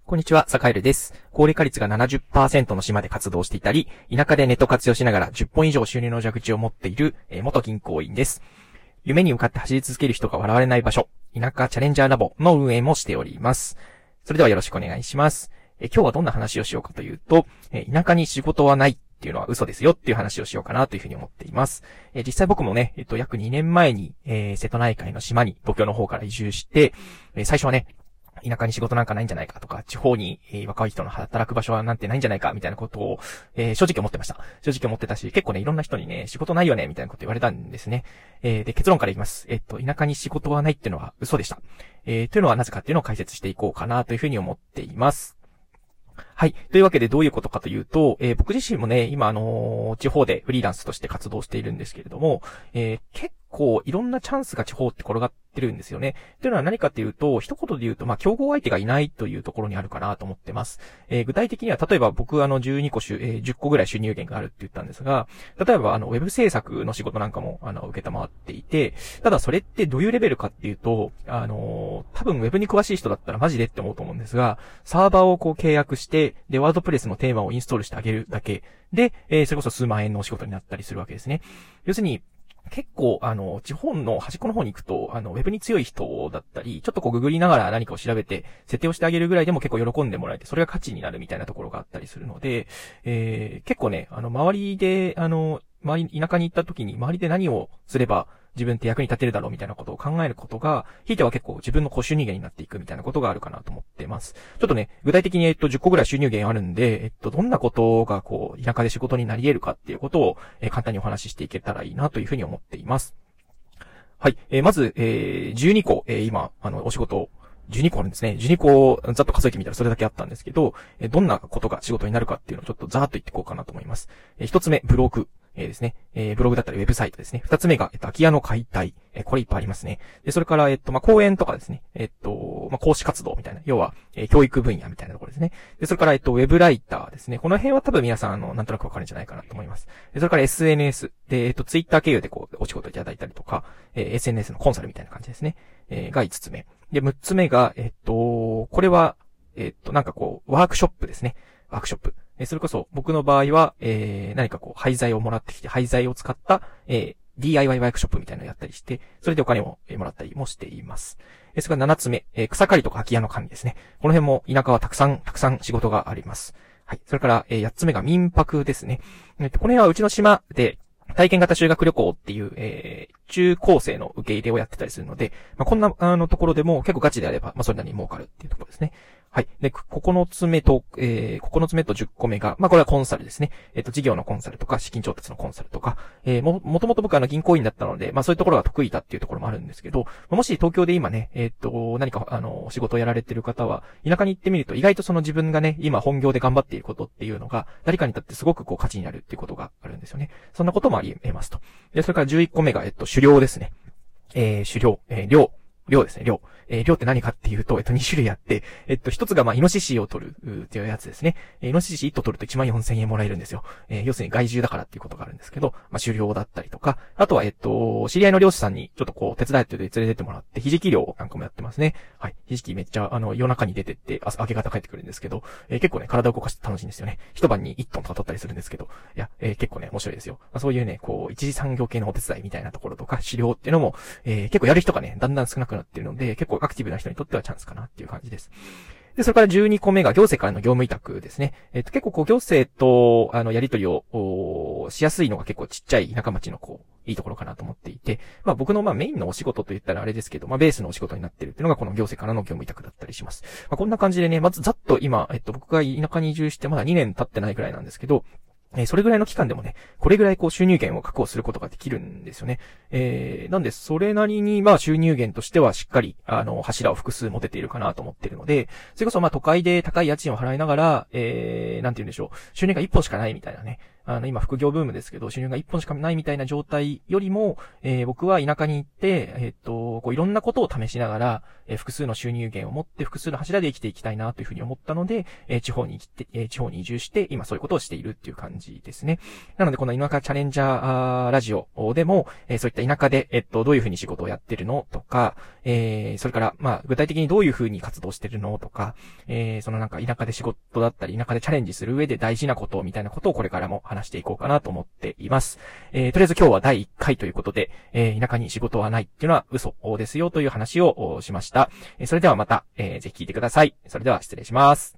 こんにちは、坂井です。高齢化率が 70% の島で活動していたり、田舎でネット活用しながら10本以上収入の蛇口を持っている、元銀行員です。夢に向かって走り続ける人が笑われない場所、田舎チャレンジャーラボの運営もしております。それではよろしくお願いします。今日はどんな話をしようかというと、田舎に仕事はないっていうのは嘘ですよっていう話をしようかなというふうに思っています。実際僕もね、約2年前に、瀬戸内海の島に東京の方から移住して、最初はね、田舎に仕事なんかないんじゃないかとか、地方に、若い人の働く場所はなんてないんじゃないかみたいなことを、正直思ってました。正直思ってたし、結構ね、いろんな人にね、仕事ないよねみたいなこと言われたんですね。で、結論から言います。田舎に仕事はないっていうのは嘘でした。というのはなぜかっていうのを解説していこうかなというふうに思っています。はい。というわけでどういうことかというと、僕自身もね、今地方でフリーランスとして活動しているんですけれども、結構いろんなチャンスが地方って転がってるんですよね。というのは何かというと、一言で言うと、競合相手がいないというところにあるかなと思ってます。具体的には、例えば僕12個10個ぐらい収入源があるって言ったんですが、例えばウェブ制作の仕事なんかも受けたまわっていて、ただそれってどういうレベルかっていうと、多分ウェブに詳しい人だったらマジでって思うと思うんですが、サーバーを契約して、で、ワードプレスのテーマをインストールしてあげるだけで、それこそ数万円のお仕事になったりするわけですね。要するに、結構、地方の端っこの方に行くと、ウェブに強い人だったり、ちょっとググりながら何かを調べて、設定をしてあげるぐらいでも結構喜んでもらえて、それが価値になるみたいなところがあったりするので、結構ね、周りで、田舎に行った時に、周りで何をすれば、自分って役に立てるだろうみたいなことを考えることが、ひいては結構自分の収入源になっていくみたいなことがあるかなと思ってます。ちょっとね、具体的に10個ぐらい収入源あるんで、どんなことが田舎で仕事になり得るかっていうことを、簡単にお話ししていけたらいいなというふうに思っています。はい。まず、12個、今、お仕事、12個あるんですね。12個ざっと数えてみたらそれだけあったんですけど、どんなことが仕事になるかっていうのをちょっとざーっと言っていこうかなと思います。一つ目、ブログ。ですね。ブログだったりウェブサイトですね。二つ目が、空き家の解体。これいっぱいありますね。で、それから、講演とかですね。講師活動みたいな。要は、教育分野みたいなところですね。で、それから、ウェブライターですね。この辺は多分皆さん、なんとなくわかるんじゃないかなと思います。で、それから SNS。で、ツイッター経由でお仕事いただいたりとか、SNS のコンサルみたいな感じですね。が5つ目。で、6つ目が、これは、ワークショップですね。ワークショップ。それこそ僕の場合は、何か廃材をもらってきて、廃材を使った、DIY ワークショップみたいなのをやったりして、それでお金をもらったりもしています。それから7つ目、草刈りとか空き家の管理ですね。この辺も田舎はたくさん仕事があります。はい。それから、8つ目が民泊ですね。この辺はうちの島で、体験型修学旅行っていう、中高生の受け入れをやってたりするので、こんな、ところでも結構ガチであれば、それなりに儲かるっていうところですね。はい。で、9つ目と10個目が、これはコンサルですね。事業のコンサルとか、資金調達のコンサルとか、もともと僕は銀行員だったので、そういうところが得意だっていうところもあるんですけど、もし東京で今ね、何か、仕事をやられてる方は、田舎に行ってみると、意外とその自分がね、今本業で頑張っていることっていうのが、誰かにとってすごく価値になるっていうことがあるんですよね。そんなこともあり得ますと。で、それから11個目が、狩猟ですね。狩猟、猟ですね、猟。猟って何かっていうと、2種類あって、一つがイノシシを取るっていうやつですね。イノシシ1頭取ると14,000円もらえるんですよ。要するに害獣だからっていうことがあるんですけど、狩猟だったりとか、あとは知り合いの漁師さんにちょっと手伝って連れてってもらって、ひじき漁なんかもやってますね。はい。ひじきめっちゃ夜中に出てって、明け方帰ってくるんですけど、結構ね、体を動かして楽しいんですよね。一晩に1トンとか取ったりするんですけど、いや、結構ね、面白いですよ。そういうね、一次産業系のお手伝いみたいなところとか、狩猟っていうのも、結構やる人がね、だんだん少なくなってるので、結構アクティブな人にとってはチャンスかなっていう感じです。で、それから12個目が行政からの業務委託ですね。結構行政と、やり取りを、しやすいのが結構ちっちゃい田舎町のいいところかなと思っていて、僕のメインのお仕事と言ったらあれですけど、ベースのお仕事になってるっていうのがこの行政からの業務委託だったりします。こんな感じでね、まずざっと今、僕が田舎に移住してまだ2年経ってないくらいなんですけど、それぐらいの期間でもね、これぐらい収入源を確保することができるんですよね。なんで、それなりに収入源としてはしっかり、柱を複数持てているかなと思っているので、それこそ都会で高い家賃を払いながら、なんて言うんでしょう、収入が一本しかないみたいなね、 今副業ブームですけど、収入が1本しかないみたいな状態よりも、僕は田舎に行って、いろんなことを試しながら、複数の収入源を持って複数の柱で生きていきたいなというふうに思ったので、地方に移住して、今そういうことをしているっていう感じですね。なので、この田舎チャレンジャーラジオでも、そういった田舎で、どういうふうに仕事をやってるのとか、それから、具体的にどういうふうに活動してるのとか、田舎で仕事だったり、田舎でチャレンジする上で大事なことみたいなことをこれからも話していこうかなと思っています。とりあえず今日は第1回ということで、田舎に仕事はないっていうのは嘘ですよという話をしました。それではまた、ぜひ聞いてください。それでは失礼します。